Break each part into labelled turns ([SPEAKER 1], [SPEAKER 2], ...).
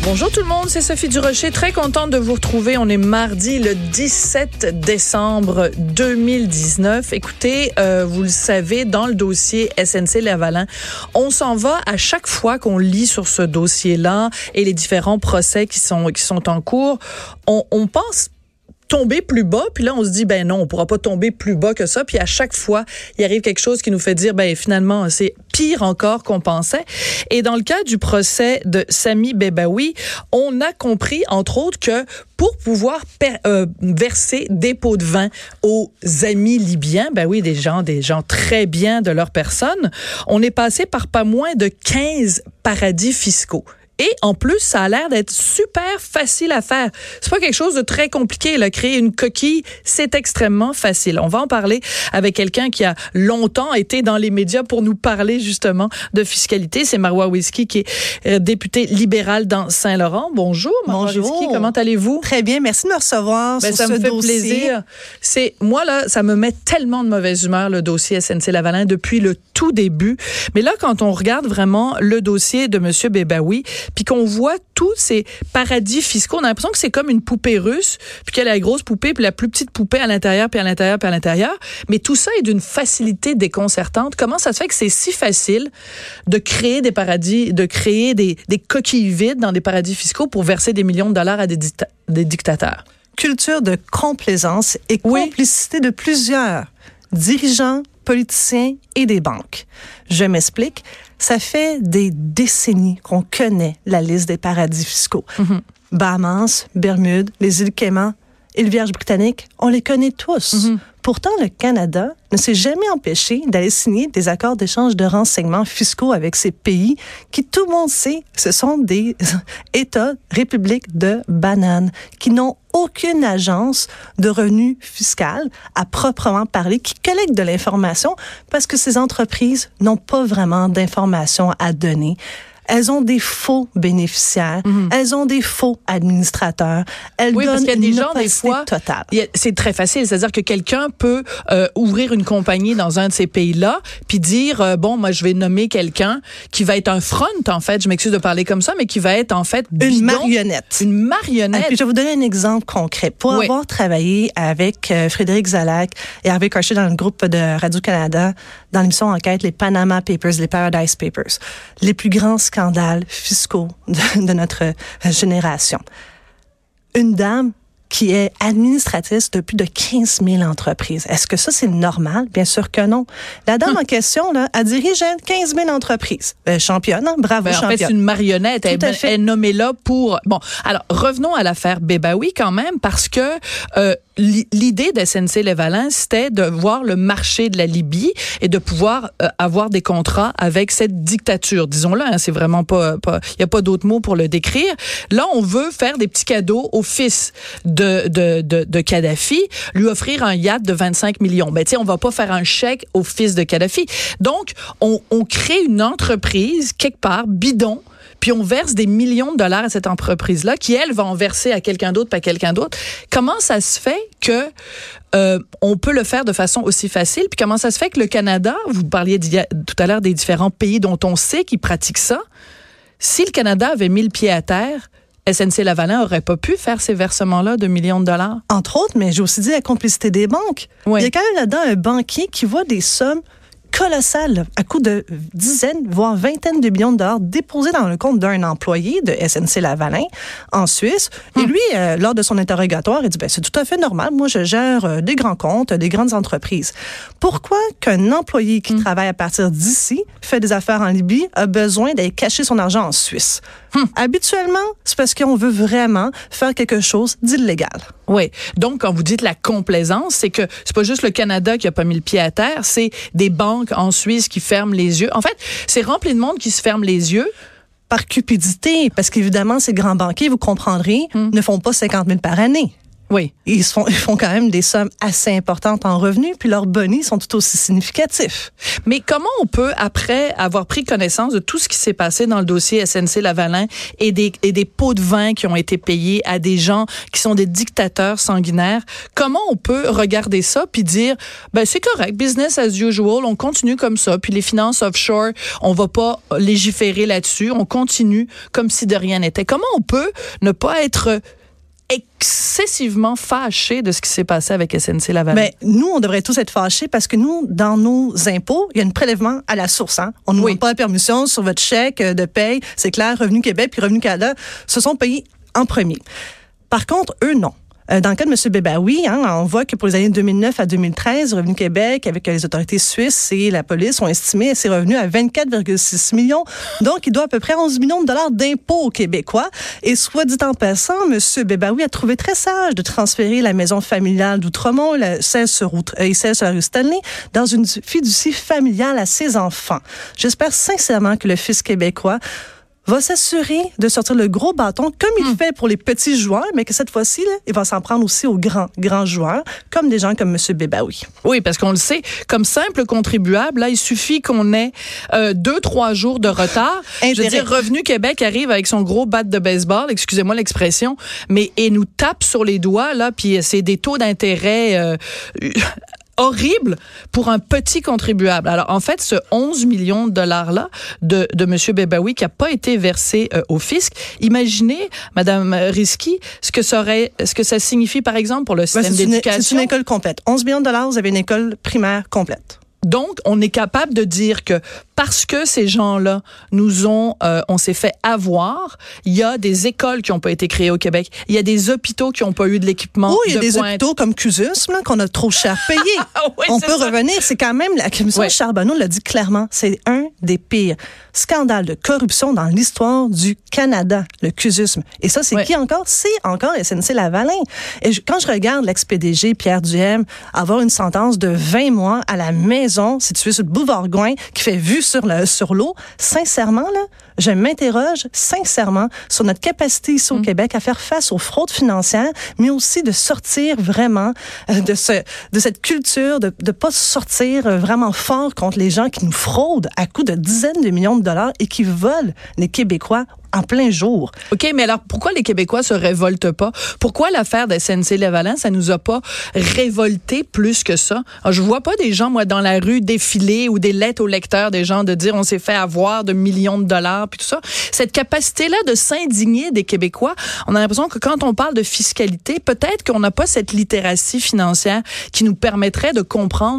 [SPEAKER 1] Bonjour tout le monde, c'est Sophie Durocher. Très contente de vous retrouver. On est mardi le 17 décembre 2019. Écoutez, vous le savez, dans le dossier SNC-Lavalin, on s'en va à chaque fois qu'on lit sur ce dossier-là et les différents procès qui sont en cours. On pense tomber plus bas, puis là on se dit ben non, on pourra pas tomber plus bas que ça, puis à chaque fois il arrive quelque chose qui nous fait dire ben finalement c'est pire encore qu'on pensait. Et dans le cas du procès de Sami Bebaoui, on a compris entre autres que pour pouvoir verser des pots de vin aux amis libyens, ben oui, des gens très bien de leur personne, on est passé par pas moins de 15 paradis fiscaux. Et en plus, ça a l'air d'être super facile à faire. C'est pas quelque chose de très compliqué. Là. Créer une coquille, c'est extrêmement facile. On va en parler avec quelqu'un qui a longtemps été dans les médias pour nous parler justement de fiscalité. C'est Marois Wiski, qui est députée libérale dans Saint-Laurent. Bonjour, Marois Wiski, comment allez-vous?
[SPEAKER 2] Très bien, merci de me recevoir sur
[SPEAKER 1] ça
[SPEAKER 2] ce
[SPEAKER 1] me fait
[SPEAKER 2] dossier.
[SPEAKER 1] Plaisir. Moi, là, ça me met tellement de mauvaise humeur, le dossier SNC-Lavalin, depuis le tout début. Mais là, quand on regarde vraiment le dossier de M. Bebaoui, puis qu'on voit tous ces paradis fiscaux, on a l'impression que c'est comme une poupée russe, puis qu'il y a la grosse poupée, puis la plus petite poupée à l'intérieur, puis à l'intérieur, puis à l'intérieur. Mais tout ça est d'une facilité déconcertante. Comment ça se fait que c'est si facile de créer des paradis, de créer des coquilles vides dans des paradis fiscaux pour verser des millions de dollars à des dictateurs?
[SPEAKER 2] Culture de complaisance et complicité de plusieurs dirigeants, politiciens et des banques. Je m'explique. Ça fait des décennies qu'on connaît la liste des paradis fiscaux. Mm-hmm. Bahamas, Bermudes, les îles Caïmans et le Vierge-Britannique, on les connaît tous. Mm-hmm. Pourtant, le Canada ne s'est jamais empêché d'aller signer des accords d'échange de renseignements fiscaux avec ces pays qui, tout le monde sait, ce sont des États, républiques de bananes, qui n'ont aucune agence de revenus fiscal à proprement parler, qui collecte de l'information parce que ces entreprises n'ont pas vraiment d'informations à donner. Elles ont des faux bénéficiaires, elles ont des faux administrateurs, elles donnent
[SPEAKER 1] parce qu'il y a des
[SPEAKER 2] une
[SPEAKER 1] gens, des fois,
[SPEAKER 2] totale.
[SPEAKER 1] C'est très facile, c'est-à-dire que quelqu'un peut ouvrir une compagnie dans un de ces pays-là, puis dire, bon, moi je vais nommer quelqu'un qui va être un front, en fait, je m'excuse de parler comme ça, mais qui va être en fait bidon,
[SPEAKER 2] une marionnette.
[SPEAKER 1] Une marionnette.
[SPEAKER 2] Et puis je vais vous donner un exemple concret. Pour avoir travaillé avec Frédéric Zalac et Harvey Karcher dans le groupe de Radio-Canada, dans l'émission Enquête, les Panama Papers, les Paradise Papers, les plus grands scandales fiscaux de notre génération. Une dame qui est administratrice de plus de 15 000 entreprises. Est-ce que ça, c'est normal? Bien sûr que non. La dame en question, là, elle dirige 15 000 entreprises. Championne, hein? Bravo, championne.
[SPEAKER 1] En fait, c'est une marionnette. Elle est nommée là pour... Bon, alors, revenons à l'affaire Bebaoui quand même, parce que l'idée de SNC-Lavalin, c'était de voir le marché de la Libye et de pouvoir avoir des contrats avec cette dictature. Disons-le, hein, c'est vraiment pas... Il n'y a pas d'autre mot pour le décrire. Là, on veut faire des petits cadeaux au fils de Kadhafi, lui offrir un yacht de 25 millions. Ben, tu sais, on va pas faire un chèque au fils de Kadhafi. Donc, on crée une entreprise, quelque part, bidon, puis on verse des millions de dollars à cette entreprise-là, qui, elle, va en verser à quelqu'un d'autre, pas à quelqu'un d'autre. Comment ça se fait que on peut le faire de façon aussi facile? Puis comment ça se fait que le Canada, vous parliez tout à l'heure des différents pays dont on sait qu'ils pratiquent ça, si le Canada avait mis le pied à terre, SNC-Lavalin n'aurait pas pu faire ces versements-là de millions de dollars?
[SPEAKER 2] Entre autres, mais j'ai aussi dit la complicité des banques. Oui. Il y a quand même là-dedans un banquier qui voit des sommes colossales, à coût de dizaines, voire vingtaines de millions de dollars déposés dans le compte d'un employé de SNC-Lavalin en Suisse. Et lui, lors de son interrogatoire, il dit, ben, c'est tout à fait normal. Moi, je gère des grands comptes, des grandes entreprises. Pourquoi qu'un employé qui travaille à partir d'ici, fait des affaires en Libye, a besoin d'aller cacher son argent en Suisse? Habituellement, c'est parce qu'on veut vraiment faire quelque chose d'illégal.
[SPEAKER 1] Oui. Donc, quand vous dites la complaisance, c'est que c'est pas juste le Canada qui a pas mis le pied à terre, c'est des banques en Suisse qui ferment les yeux. En fait, c'est rempli de monde qui se ferme les yeux.
[SPEAKER 2] Par cupidité, parce qu'évidemment, ces grands banquiers, vous comprendrez, ne font pas 50 000 par année.
[SPEAKER 1] Oui.
[SPEAKER 2] Ils font quand même des sommes assez importantes en revenus, puis leurs bonus sont tout aussi significatifs.
[SPEAKER 1] Mais comment on peut, après avoir pris connaissance de tout ce qui s'est passé dans le dossier SNC-Lavalin et des pots de vin qui ont été payés à des gens qui sont des dictateurs sanguinaires, comment on peut regarder ça puis dire, ben c'est correct, business as usual, on continue comme ça, puis les finances offshore, on va pas légiférer là-dessus, on continue comme si de rien n'était. Comment on peut ne pas être excessivement fâché de ce qui s'est passé avec SNC-Lavalin?
[SPEAKER 2] Mais nous, on devrait tous être fâchés parce que nous, dans nos impôts, il y a un prélèvement à la source. Hein? On ne nous demande pas la permission sur votre chèque de paye. C'est clair, Revenu Québec puis Revenu Canada se sont payés en premier. Par contre, eux, non. Dans le cas de M. Bebaoui, on voit que pour les années 2009 à 2013, Revenu Québec, avec les autorités suisses et la police, ont estimé ses revenus à 24,6 millions. Donc, il doit à peu près 11 millions de dollars d'impôts aux Québécois. Et soit dit en passant, M. Bebaoui a trouvé très sage de transférer la maison familiale d'Outremont, la 16 sur la rue Stanley, dans une fiducie familiale à ses enfants. J'espère sincèrement que le Fils québécois va s'assurer de sortir le gros bâton comme il fait pour les petits joueurs, mais que cette fois-ci, là, il va s'en prendre aussi aux grands joueurs, comme des gens comme M. Bebaoui.
[SPEAKER 1] Oui, parce qu'on le sait, comme simple contribuable, là, il suffit qu'on ait 2-3 jours de retard. Je veux dire, Revenu Québec arrive avec son gros bat de baseball, excusez-moi l'expression, et nous tape sur les doigts, là, puis c'est des taux d'intérêt horrible pour un petit contribuable. Alors, en fait, ce 11 millions de dollars-là de M. Bebaoui qui n'a pas été versé au fisc, imaginez, Mme Risky, ce que ça signifie, par exemple, pour le système d'éducation.
[SPEAKER 2] C'est une école complète. 11 millions de dollars, vous avez une école primaire complète.
[SPEAKER 1] Donc, on est capable de dire que parce que ces gens-là on s'est fait avoir, il y a des écoles qui n'ont pas été créées au Québec, il y a des hôpitaux qui n'ont pas eu de l'équipement de pointe.
[SPEAKER 2] Oui, il y a des hôpitaux comme CUSUS qu'on a trop cher payé. Oui, on peut revenir, c'est quand même, la commission Charbonneau l'a dit clairement, c'est un des pires scandales de corruption dans l'histoire du Canada, le CUSUS. Et ça, c'est qui encore? C'est encore SNC-Lavalin. Et quand je regarde l'ex-PDG Pierre Duhem avoir une sentence de 20 mois à la maison située sur le boulevard Gouin qui fait vue sur l'eau, sincèrement, là, je m'interroge sincèrement sur notre capacité ici au Québec à faire face aux fraudes financières, mais aussi de sortir vraiment de cette culture, de pas sortir vraiment fort contre les gens qui nous fraudent à coups de dizaines de millions de dollars et qui volent les Québécois en plein jour.
[SPEAKER 1] OK, mais alors pourquoi les Québécois se révoltent pas? Pourquoi l'affaire de SNC-Lavalin, ça nous a pas révoltés plus que ça? Alors, je vois pas des gens, moi, dans la rue défiler ou des lettres aux lecteurs des gens de dire on s'est fait avoir de millions de dollars puis tout ça. Cette capacité-là de s'indigner des Québécois, on a l'impression que quand on parle de fiscalité, peut-être qu'on n'a pas cette littératie financière qui nous permettrait de comprendre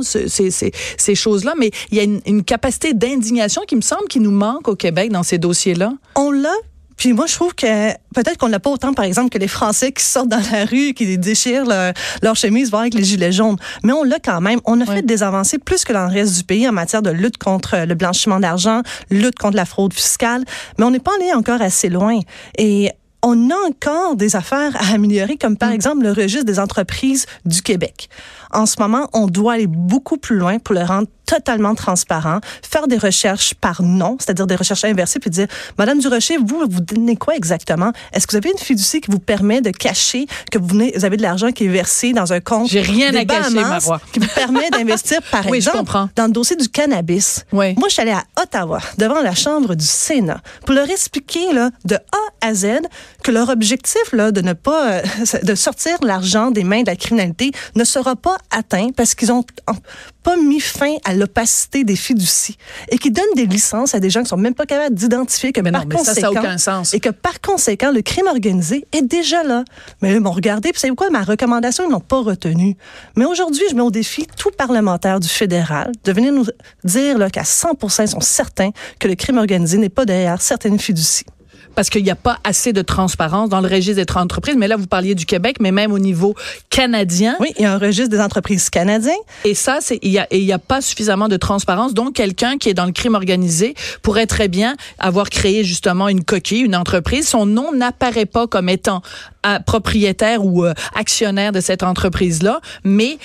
[SPEAKER 1] ces choses-là, mais il y a une capacité d'indignation qui me semble qui nous manque au Québec dans ces dossiers-là.
[SPEAKER 2] On l'a. Puis moi, je trouve que peut-être qu'on l'a pas autant, par exemple, que les Français qui sortent dans la rue, qui déchirent leur chemise, voire avec les gilets jaunes. Mais on l'a quand même. On a fait des avancées plus que dans le reste du pays en matière de lutte contre le blanchiment d'argent, lutte contre la fraude fiscale. Mais on n'est pas allé encore assez loin. Et on a encore des affaires à améliorer, comme par exemple le registre des entreprises du Québec. En ce moment, on doit aller beaucoup plus loin pour le rendre totalement transparent, faire des recherches par nom, c'est-à-dire des recherches inversées, puis dire, Madame Durocher, vous donnez quoi exactement? Est-ce que vous avez une fiducie qui vous permet de cacher que vous avez de l'argent qui est versé dans un compte?
[SPEAKER 1] J'ai rien à cacher, Marois.
[SPEAKER 2] Qui vous permet d'investir, par exemple, dans le dossier du cannabis.
[SPEAKER 1] Oui.
[SPEAKER 2] Moi, je suis allée à Ottawa, devant la Chambre du Sénat, pour leur expliquer là, de A à Z que leur objectif là, de ne pas de sortir l'argent des mains de la criminalité ne sera pas atteint parce qu'ils ont pas mis fin à l'opacité des fiducies et qui donnent des licences à des gens qui sont même pas capables d'identifier que
[SPEAKER 1] ça n'a aucun sens.
[SPEAKER 2] Et que par conséquent, le crime organisé est déjà là. Mais là, ils m'ont regardé, puis savez quoi, ma recommandation, ils n'ont pas retenue. Mais aujourd'hui, je mets au défi tout parlementaire du fédéral de venir nous dire là, qu'à 100% ils sont certains que le crime organisé n'est pas derrière certaines fiducies.
[SPEAKER 1] Parce qu'il n'y a pas assez de transparence dans le registre des entreprises. Mais là, vous parliez du Québec, mais même au niveau canadien.
[SPEAKER 2] Oui, il y a un registre des entreprises canadiens.
[SPEAKER 1] Et ça, il y a pas suffisamment de transparence. Donc, quelqu'un qui est dans le crime organisé pourrait très bien avoir créé justement une coquille, une entreprise. Son nom n'apparaît pas comme étant propriétaire ou actionnaire de cette entreprise-là, mais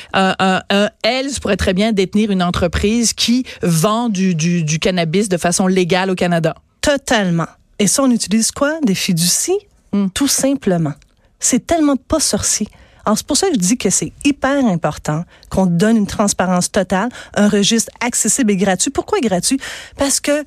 [SPEAKER 1] elle pourrait très bien détenir une entreprise qui vend du cannabis de façon légale au Canada.
[SPEAKER 2] Totalement. Et ça, on utilise quoi? Des fiducies? Tout simplement. C'est tellement pas sorcier. Alors, c'est pour ça que je dis que c'est hyper important qu'on donne une transparence totale, un registre accessible et gratuit. Pourquoi gratuit? Parce que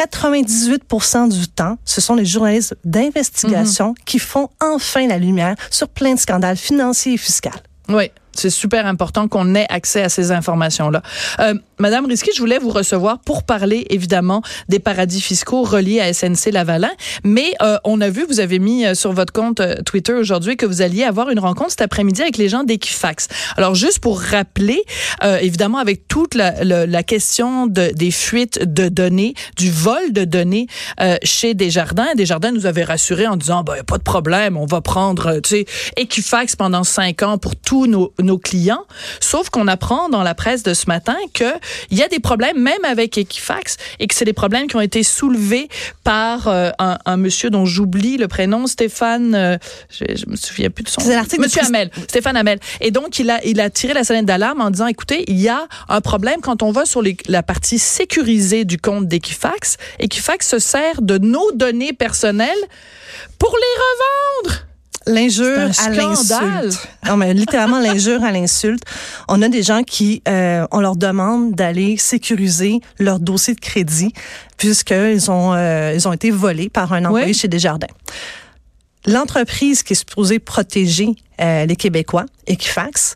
[SPEAKER 2] 98% du temps, ce sont les journalistes d'investigation qui font enfin la lumière sur plein de scandales financiers et fiscaux.
[SPEAKER 1] Oui. C'est super important qu'on ait accès à ces informations-là. Madame Risky, je voulais vous recevoir pour parler, évidemment, des paradis fiscaux reliés à SNC-Lavalin. Mais on a vu, vous avez mis sur votre compte Twitter aujourd'hui que vous alliez avoir une rencontre cet après-midi avec les gens d'Equifax. Alors, juste pour rappeler, évidemment, avec toute la question des fuites de données, du vol de données chez Desjardins. Desjardins nous avait rassurés en disant, ben, pas de problème, on va prendre, Equifax pendant 5 ans pour tous nos clients, sauf qu'on apprend dans la presse de ce matin que il y a des problèmes même avec Equifax et que c'est des problèmes qui ont été soulevés par un monsieur dont j'oublie le prénom, Stéphane, je me souviens plus de son nom. Monsieur Hamel, Stéphane Hamel. Et donc il a tiré la sonnette d'alarme en disant, écoutez, il y a un problème quand on va sur la partie sécurisée du compte d'Equifax. Equifax se sert de nos données personnelles pour les revendre.
[SPEAKER 2] L'injure à l'insulte. Non, mais littéralement l'injure à l'insulte. On a des gens qui, on leur demande d'aller sécuriser leur dossier de crédit puisqu'ils ont été volés par un employé chez Desjardins. L'entreprise qui est supposée protéger les Québécois, Equifax,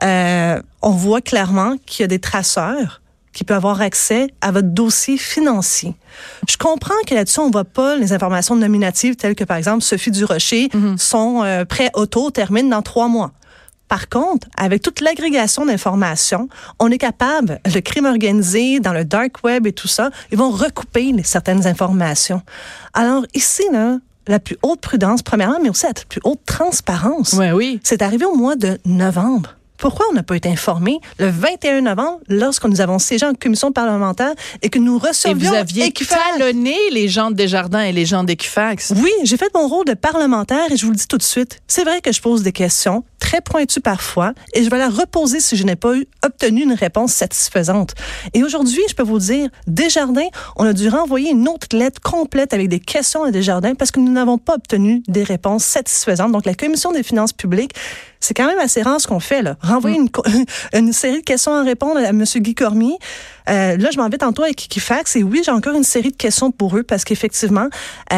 [SPEAKER 2] on voit clairement qu'il y a des traceurs qui peut avoir accès à votre dossier financier. Je comprends que là-dessus, on ne voit pas les informations nominatives telles que, par exemple, Sophie Durocher, son prêt auto termine dans 3 mois. Par contre, avec toute l'agrégation d'informations, on est capable, le crime organisé, dans le dark web et tout ça, ils vont recouper certaines informations. Alors ici, là, la plus haute prudence, premièrement, mais aussi la plus haute transparence.
[SPEAKER 1] Oui.
[SPEAKER 2] C'est arrivé au mois de novembre. Pourquoi on n'a pas été informé le 21 novembre lorsque nous avons siégé en commission parlementaire et que nous recevions...
[SPEAKER 1] Et vous aviez talonné les gens de Desjardins et les gens d'Equifax.
[SPEAKER 2] Oui, j'ai fait mon rôle de parlementaire et je vous le dis tout de suite. C'est vrai que je pose des questions très pointues parfois et je vais la reposer si je n'ai pas obtenu une réponse satisfaisante. Et aujourd'hui, je peux vous dire, Desjardins, on a dû renvoyer une autre lettre complète avec des questions à Desjardins parce que nous n'avons pas obtenu des réponses satisfaisantes. Donc, la Commission des finances publiques, c'est quand même assez rare ce qu'on fait, là. Renvoyer une série de questions à répondre à M. Guy Cormier. Là, je m'en vais tantôt avec Equifax et oui, j'ai encore une série de questions pour eux parce qu'effectivement,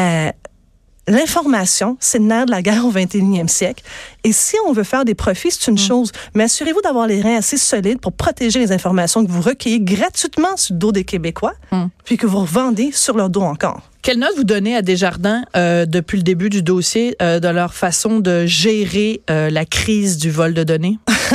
[SPEAKER 2] l'information, c'est le nerf de la guerre au 21e siècle. Et si on veut faire des profits, c'est une chose. Mais assurez-vous d'avoir les reins assez solides pour protéger les informations que vous recueillez gratuitement sur le dos des Québécois, puis que vous revendez sur leur dos encore.
[SPEAKER 1] Quelle note vous donnez à Desjardins depuis le début du dossier de leur façon de gérer la crise du vol de données?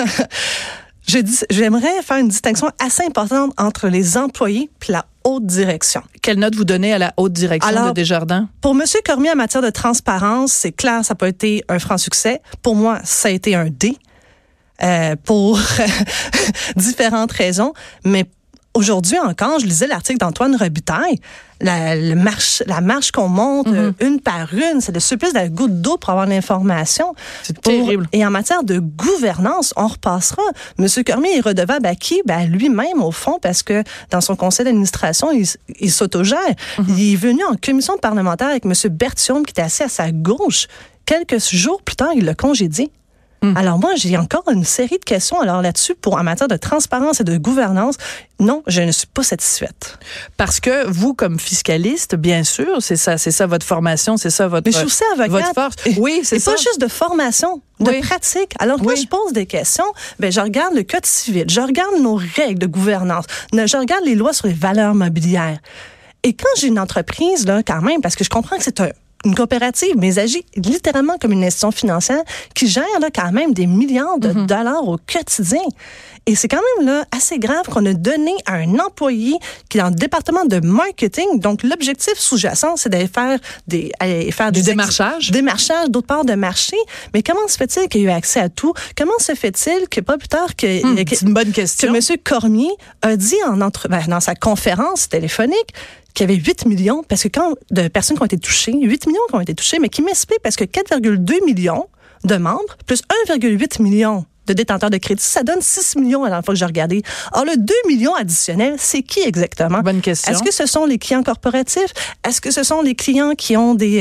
[SPEAKER 2] J'aimerais faire une distinction assez importante entre les employés et la haute direction.
[SPEAKER 1] Quelle note vous donnez à la haute direction de Desjardins?
[SPEAKER 2] Pour M. Cormier, en matière de transparence, c'est clair, ça n'a pas été un franc succès. Pour moi, ça a été un D pour différentes raisons. Mais aujourd'hui encore, je lisais l'article d'Antoine Robitaille, la marche qu'on monte une par une, c'est le supplice de la goutte d'eau pour avoir l'information.
[SPEAKER 1] C'est terrible.
[SPEAKER 2] Et en matière de gouvernance, on repassera. M. Cormier est redevable à qui? Ben, à lui-même, au fond, parce que dans son conseil d'administration, il s'autogère. Il est venu en commission parlementaire avec M. Berthiaume, qui était assis à sa gauche. Quelques jours plus tard, il l'a congédié. Alors moi, j'ai encore une série de questions là-dessus en matière de transparence et de gouvernance. Non, je ne suis pas satisfaite.
[SPEAKER 1] Parce que vous, comme fiscaliste, bien sûr, c'est ça votre formation, c'est ça votre,
[SPEAKER 2] mais je suis aussi avocate,
[SPEAKER 1] votre force. Oui, c'est ça.
[SPEAKER 2] Pas juste de formation, de pratique. Alors quand je pose des questions, je regarde le code civil, je regarde nos règles de gouvernance, je regarde les lois sur les valeurs mobilières. Et quand j'ai une entreprise, là, quand même, parce que je comprends que c'est une coopérative, mais agit littéralement comme une institution financière qui gère là, quand même des milliards de dollars au quotidien. Et c'est quand même là assez grave qu'on a donné à un employé qui est dans le département de marketing. Donc, l'objectif sous-jacent, c'est d'aller faire du
[SPEAKER 1] démarchage.
[SPEAKER 2] Démarchage d'autres parts de marché. Mais comment se fait-il qu'il ait eu accès à tout? Comment se fait-il que pas plus tard que...
[SPEAKER 1] c'est une bonne question.
[SPEAKER 2] Que M. Cormier a dit dans sa conférence téléphonique qu'il y avait 8 millions, parce que de personnes qui ont été touchées, 8 millions qui ont été touchées, mais qui m'explique parce que 4,2 millions de membres, plus 1,8 million de détenteurs de crédit. Ça donne 6 millions à la fois que j'ai regardé. Alors, le 2 millions additionnels, c'est qui exactement?
[SPEAKER 1] Bonne question.
[SPEAKER 2] Est-ce que ce sont les clients corporatifs? Est-ce que ce sont les clients qui ont des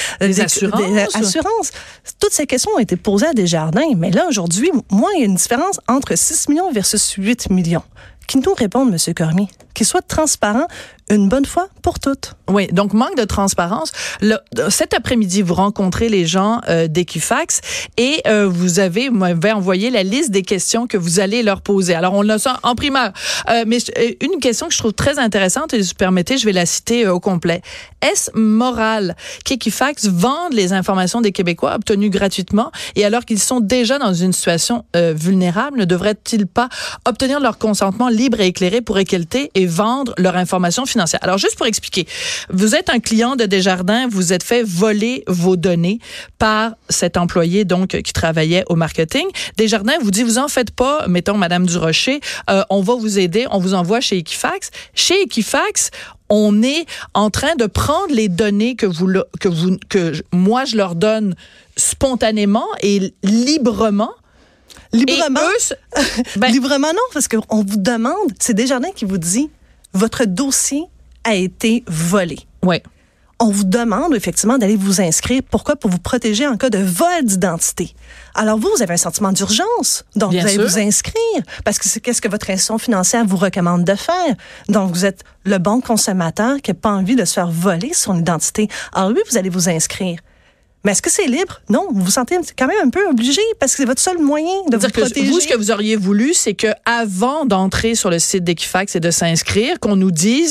[SPEAKER 2] assurances? Toutes ces questions ont été posées à Desjardins. Mais là, aujourd'hui, moi, il y a une différence entre 6 millions versus 8 millions. Qui nous répondent, M. Cormier, qu'ils soient transparents une bonne fois pour toutes.
[SPEAKER 1] Oui, donc manque de transparence. Cet après-midi, vous rencontrez les gens d'Equifax et vous m'avez envoyé la liste des questions que vous allez leur poser. Alors, on a ça en primaire. Mais une question que je trouve très intéressante, et si vous permettez, je vais la citer au complet. Est-ce moral qu'Equifax vende les informations des Québécois obtenues gratuitement et alors qu'ils sont déjà dans une situation vulnérable, ne devraient-ils pas obtenir leur consentement libre et éclairé pour récolter et vendre leur information financière? Alors, juste pour expliquer, vous êtes un client de Desjardins, vous êtes fait voler vos données par cet employé donc qui travaillait au marketing. Desjardins vous dit, vous en faites pas, mettons Madame Durocher, on va vous aider, on vous envoie chez Equifax. Chez Equifax, on est en train de prendre les données que moi je leur donne spontanément et librement.
[SPEAKER 2] Librement?
[SPEAKER 1] Et eux,
[SPEAKER 2] librement non, parce qu'on vous demande, c'est Desjardins qui vous dit, votre dossier a été volé.
[SPEAKER 1] Oui.
[SPEAKER 2] On vous demande effectivement d'aller vous inscrire. Pourquoi? Pour vous protéger en cas de vol d'identité. Alors vous avez un sentiment d'urgence. Donc,
[SPEAKER 1] Bien
[SPEAKER 2] vous allez
[SPEAKER 1] sûr.
[SPEAKER 2] vous inscrire parce que c'est qu'est-ce que votre institution financière vous recommande de faire. Donc, vous êtes le bon consommateur qui n'a pas envie de se faire voler son identité. Alors oui, vous allez vous inscrire. Mais est-ce que c'est libre? Non, vous vous sentez quand même un peu obligé parce que c'est votre seul moyen de vous protéger.
[SPEAKER 1] Vous, ce que vous auriez voulu, c'est que avant d'entrer sur le site d'Equifax et de s'inscrire, qu'on nous dise,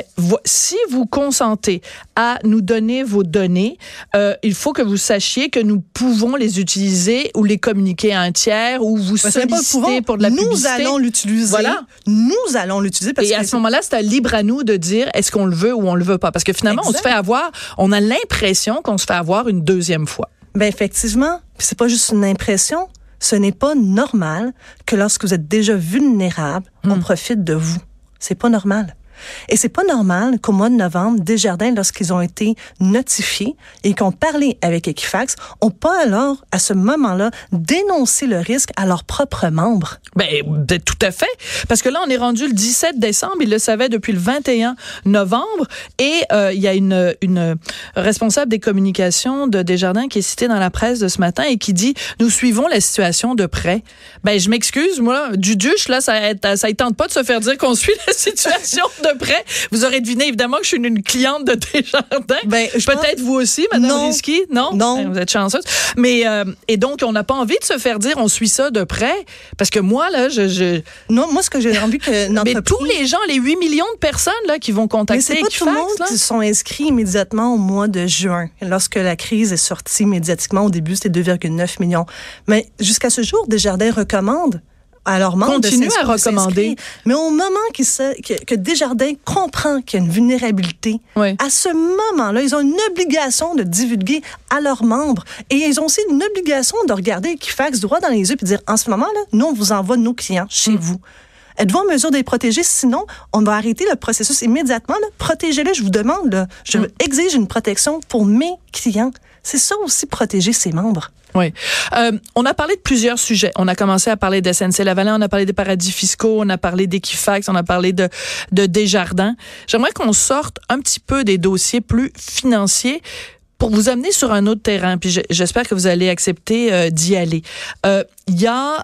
[SPEAKER 1] si vous consentez à nous donner vos données, il faut que vous sachiez que nous pouvons les utiliser ou les communiquer à un tiers ou vous solliciter pour de la publicité.
[SPEAKER 2] Nous allons l'utiliser.
[SPEAKER 1] Voilà.
[SPEAKER 2] Nous allons l'utiliser.
[SPEAKER 1] Et à ce moment-là, c'est libre à nous de dire est-ce qu'on le veut ou on le veut pas. Parce que finalement,
[SPEAKER 2] Exact.
[SPEAKER 1] on se fait avoir, on a l'impression qu'on se fait avoir une deuxième fois.
[SPEAKER 2] Ben effectivement, puis c'est pas juste une impression, ce n'est pas normal que lorsque vous êtes déjà vulnérable, on profite de vous. C'est pas normal. Et c'est pas normal qu'au mois de novembre, Desjardins, lorsqu'ils ont été notifiés et qu'ils ont parlé avec Equifax, n'ont pas alors, à ce moment-là, dénoncé le risque à leurs propres membres.
[SPEAKER 1] Tout à fait. Parce que là, on est rendu le 17 décembre. Ils le savaient depuis le 21 novembre. Et il y a une responsable des communications de Desjardins qui est citée dans la presse de ce matin et qui dit « Nous suivons la situation de près. » Je m'excuse, moi, Duduche, là, ça ne tente pas de se faire dire qu'on suit la situation de près. Vous aurez deviné, évidemment, que je suis une cliente de Desjardins. Peut-être vous aussi, Mme Risky? Non. Vous êtes chanceuse. Mais, et donc, on n'a pas envie de se faire dire on suit ça de près. Parce que moi, là,
[SPEAKER 2] Non, moi, ce que j'ai envie que
[SPEAKER 1] Mais tous les gens, les 8 millions de personnes là, qui vont contacter Equifax,
[SPEAKER 2] mais c'est pas tout le monde qui sont inscrits immédiatement au mois de juin, lorsque la crise est sortie médiatiquement. Au début, c'était 2,9 millions. Mais jusqu'à ce jour, Desjardins recommande à leurs membres
[SPEAKER 1] continue à recommander.
[SPEAKER 2] Mais au moment que Desjardins comprend qu'il y a une vulnérabilité,
[SPEAKER 1] oui.
[SPEAKER 2] À ce moment-là, ils ont une obligation de divulguer à leurs membres. Et ils ont aussi une obligation de regarder Equifax droit dans les yeux et de dire, en ce moment-là, nous, on vous envoie nos clients chez vous. Êtes-vous en mesure de les protéger? Sinon, on va arrêter le processus immédiatement. Là. Protégez-les, je vous demande. Là. Je exige une protection pour mes clients. C'est ça aussi, protéger ses membres.
[SPEAKER 1] Oui. On a parlé de plusieurs sujets. On a commencé à parler de SNC-Lavalin, on a parlé des paradis fiscaux, on a parlé d'Equifax, on a parlé de Desjardins. J'aimerais qu'on sorte un petit peu des dossiers plus financiers pour vous amener sur un autre terrain. Puis j'espère que vous allez accepter d'y aller. Il y a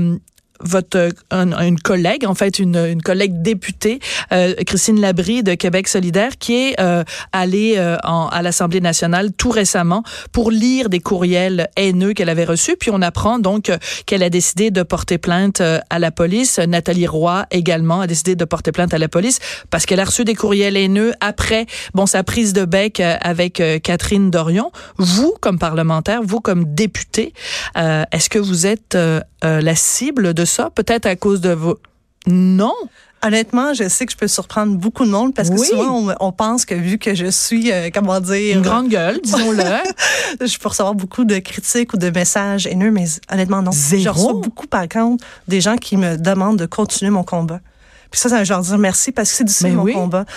[SPEAKER 1] une collègue, en fait, une collègue députée, Christine Labrie de Québec solidaire, qui est allée à l'Assemblée nationale tout récemment pour lire des courriels haineux qu'elle avait reçus. Puis on apprend donc qu'elle a décidé de porter plainte à la police. Nathalie Roy également a décidé de porter plainte à la police parce qu'elle a reçu des courriels haineux après sa prise de bec avec Catherine Dorion. Vous, comme parlementaire, vous, comme député, est-ce que vous êtes la cible de ça, peut-être à cause de vos... Non.
[SPEAKER 2] Honnêtement, je sais que je peux surprendre beaucoup de monde parce que souvent, on pense que vu que je suis,
[SPEAKER 1] une grande gueule, disons-le.
[SPEAKER 2] Je peux recevoir beaucoup de critiques ou de messages haineux, mais honnêtement, non.
[SPEAKER 1] Zéro.
[SPEAKER 2] Je reçois beaucoup, par contre, des gens qui me demandent de continuer mon combat. Puis ça, je leur dis merci parce que c'est difficile, mon combat.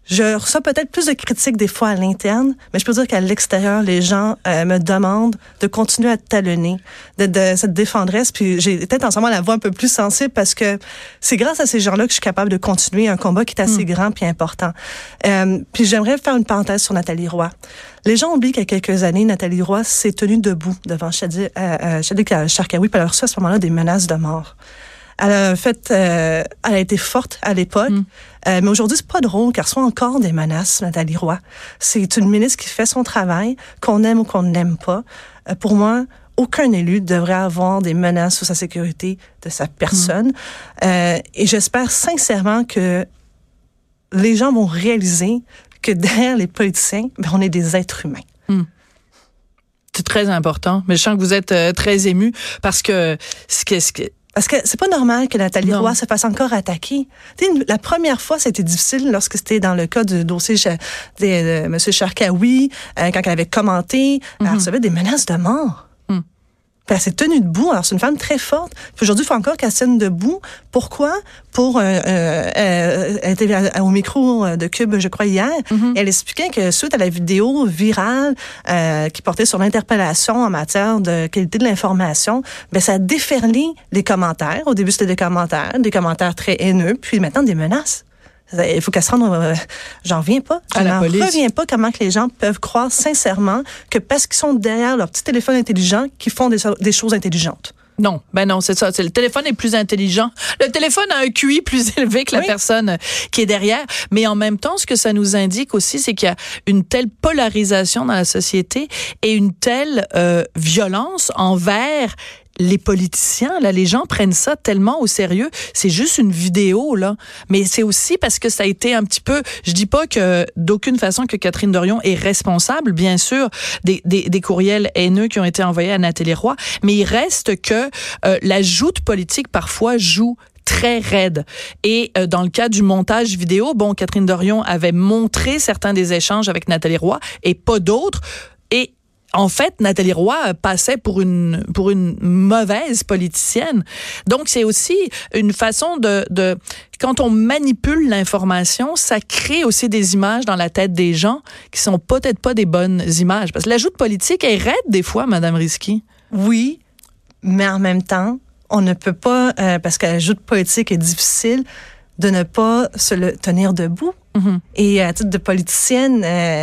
[SPEAKER 2] Je reçois peut-être plus de critiques des fois à l'interne, mais je peux dire qu'à l'extérieur, les gens me demandent de continuer à talonner de cette défendresse. Puis j'ai peut-être en ce moment la voix un peu plus sensible parce que c'est grâce à ces gens-là que je suis capable de continuer un combat qui est assez grand puis important. Puis j'aimerais faire une parenthèse sur Nathalie Roy. Les gens oublient qu'il y a quelques années, Nathalie Roy s'est tenue debout devant Shadiq Charkaoui, puis elle a reçu à ce moment-là des menaces de mort. Elle a été forte à l'époque, mais aujourd'hui, c'est pas drôle qu'elle reçoit encore des menaces, Nathalie Roy. C'est une ministre qui fait son travail, qu'on aime ou qu'on n'aime pas. Pour moi, aucun élu devrait avoir des menaces sur sa sécurité de sa personne. Et j'espère sincèrement que les gens vont réaliser que derrière les politiciens, on est des êtres humains.
[SPEAKER 1] C'est très important, mais je sens que vous êtes très ému parce que
[SPEAKER 2] parce que c'est pas normal que Nathalie Roy se fasse encore attaquer. La première fois, c'était difficile lorsque c'était dans le cas du dossier de M. Charkaoui, quand elle avait commenté, elle recevait des menaces de mort. Puis elle s'est tenue debout. Alors, c'est une femme très forte. Puis aujourd'hui, il faut encore qu'elle se tienne debout. Pourquoi? Elle était au micro de Cube, je crois, hier. Elle expliquait que suite à la vidéo virale qui portait sur l'interpellation en matière de qualité de l'information, ça a déferlé les commentaires. Au début, c'était des commentaires très haineux, puis maintenant des menaces. Il faut qu'elle se rende... J'en reviens pas. Je n'en reviens pas comment que les gens peuvent croire sincèrement que parce qu'ils sont derrière leur petit téléphone intelligent, qu'ils font des choses intelligentes.
[SPEAKER 1] Non, non, c'est ça. Le téléphone est plus intelligent. Le téléphone a un QI plus élevé que la personne qui est derrière. Mais en même temps, ce que ça nous indique aussi, c'est qu'il y a une telle polarisation dans la société et une telle violence envers les politiciens, là, les gens prennent ça tellement au sérieux. C'est juste une vidéo, là. Mais c'est aussi parce que ça a été un petit peu, je dis pas que d'aucune façon que Catherine Dorion est responsable, bien sûr, des courriels haineux qui ont été envoyés à Nathalie Roy, mais il reste que la joute politique parfois joue très raide. Et dans le cas du montage vidéo, Catherine Dorion avait montré certains des échanges avec Nathalie Roy et pas d'autres. Et en fait, Nathalie Roy passait pour une mauvaise politicienne. Donc, c'est aussi une façon de quand on manipule l'information, ça crée aussi des images dans la tête des gens qui sont peut-être pas des bonnes images. Parce que la joute politique est raide des fois, Madame Risky.
[SPEAKER 2] Oui, mais en même temps, on ne peut pas, parce que la joute politique est difficile, de ne pas se le tenir debout. Et à titre de politicienne,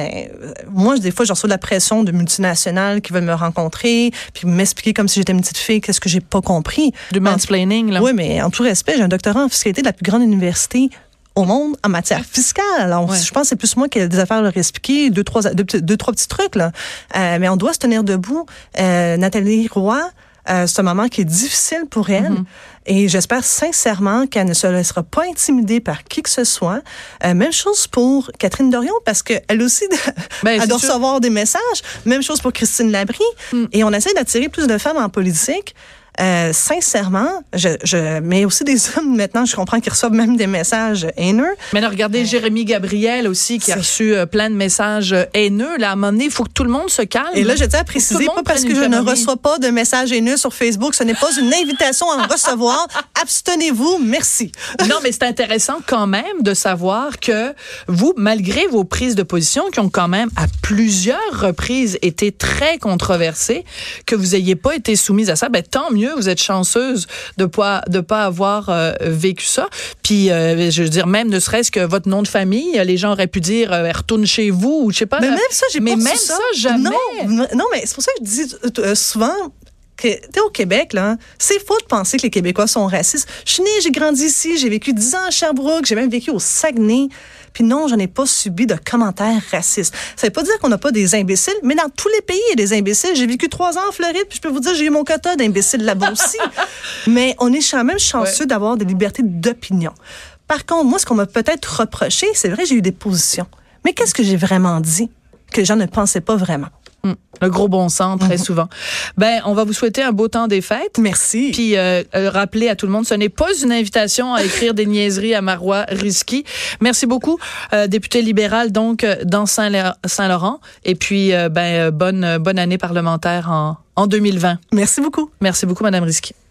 [SPEAKER 2] moi, des fois, je reçois de la pression de multinationales qui veulent me rencontrer, puis m'expliquer comme si j'étais une petite fille, qu'est-ce que j'ai pas compris.
[SPEAKER 1] Du mansplaining, là.
[SPEAKER 2] Oui, mais en tout respect, j'ai un doctorat en fiscalité de la plus grande université au monde en matière fiscale. Alors, je pense que c'est plus moi qui ai des affaires à leur expliquer, deux, trois petits trucs, là. Mais on doit se tenir debout. Nathalie Roy, c'est un moment qui est difficile pour elle. Et j'espère sincèrement qu'elle ne se laissera pas intimider par qui que ce soit. Même chose pour Catherine Dorion, parce qu'elle aussi, elle doit recevoir des messages. Même chose pour Christine Labrie. Et on essaie d'attirer plus de femmes en politique. Sincèrement, mais aussi des hommes maintenant, je comprends qu'ils reçoivent même des messages haineux.
[SPEAKER 1] Mais là, regardez Jérémy Gabriel aussi qui a reçu plein de messages haineux. Là, à un moment donné, il faut que tout le monde se calme.
[SPEAKER 2] Et là, je tiens à préciser, pas parce que je ne reçois pas de messages haineux sur Facebook, ce n'est pas une invitation à en recevoir. Abstenez-vous, merci.
[SPEAKER 1] Non, mais c'est intéressant quand même de savoir que vous, malgré vos prises de position qui ont quand même à plusieurs reprises été très controversées, que vous n'ayez pas été soumise à ça, tant mieux. Vous êtes chanceuse de pas avoir vécu ça. Puis, je veux dire, même ne serait-ce que votre nom de famille, les gens auraient pu dire retourne chez vous ou je sais pas.
[SPEAKER 2] Mais même ça, j'ai pas
[SPEAKER 1] Mais même ça, jamais.
[SPEAKER 2] Non, mais c'est pour ça que je dis souvent que t'es au Québec, là, c'est faux de penser que les Québécois sont racistes. Je suis née, j'ai grandi ici, j'ai vécu 10 ans à Sherbrooke, j'ai même vécu au Saguenay. Puis non, je n'ai pas subi de commentaires racistes. Ça veut pas dire qu'on n'a pas des imbéciles, mais dans tous les pays, il y a des imbéciles. J'ai vécu 3 ans en Floride, puis je peux vous dire, j'ai eu mon quota d'imbéciles là-bas aussi. Mais on est quand même chanceux d'avoir des libertés d'opinion. Par contre, moi, ce qu'on m'a peut-être reproché, c'est vrai, j'ai eu des positions. Mais qu'est-ce que j'ai vraiment dit que les gens ne pensaient pas vraiment?
[SPEAKER 1] Le gros bon sens, très souvent. On va vous souhaiter un beau temps des fêtes.
[SPEAKER 2] Merci.
[SPEAKER 1] Puis rappeler à tout le monde, ce n'est pas une invitation à écrire des niaiseries à Marois Risky. Merci beaucoup, député libéral donc dans Saint-Laurent. Et puis bonne année parlementaire en 2020.
[SPEAKER 2] Merci beaucoup.
[SPEAKER 1] Merci beaucoup, Madame Risky.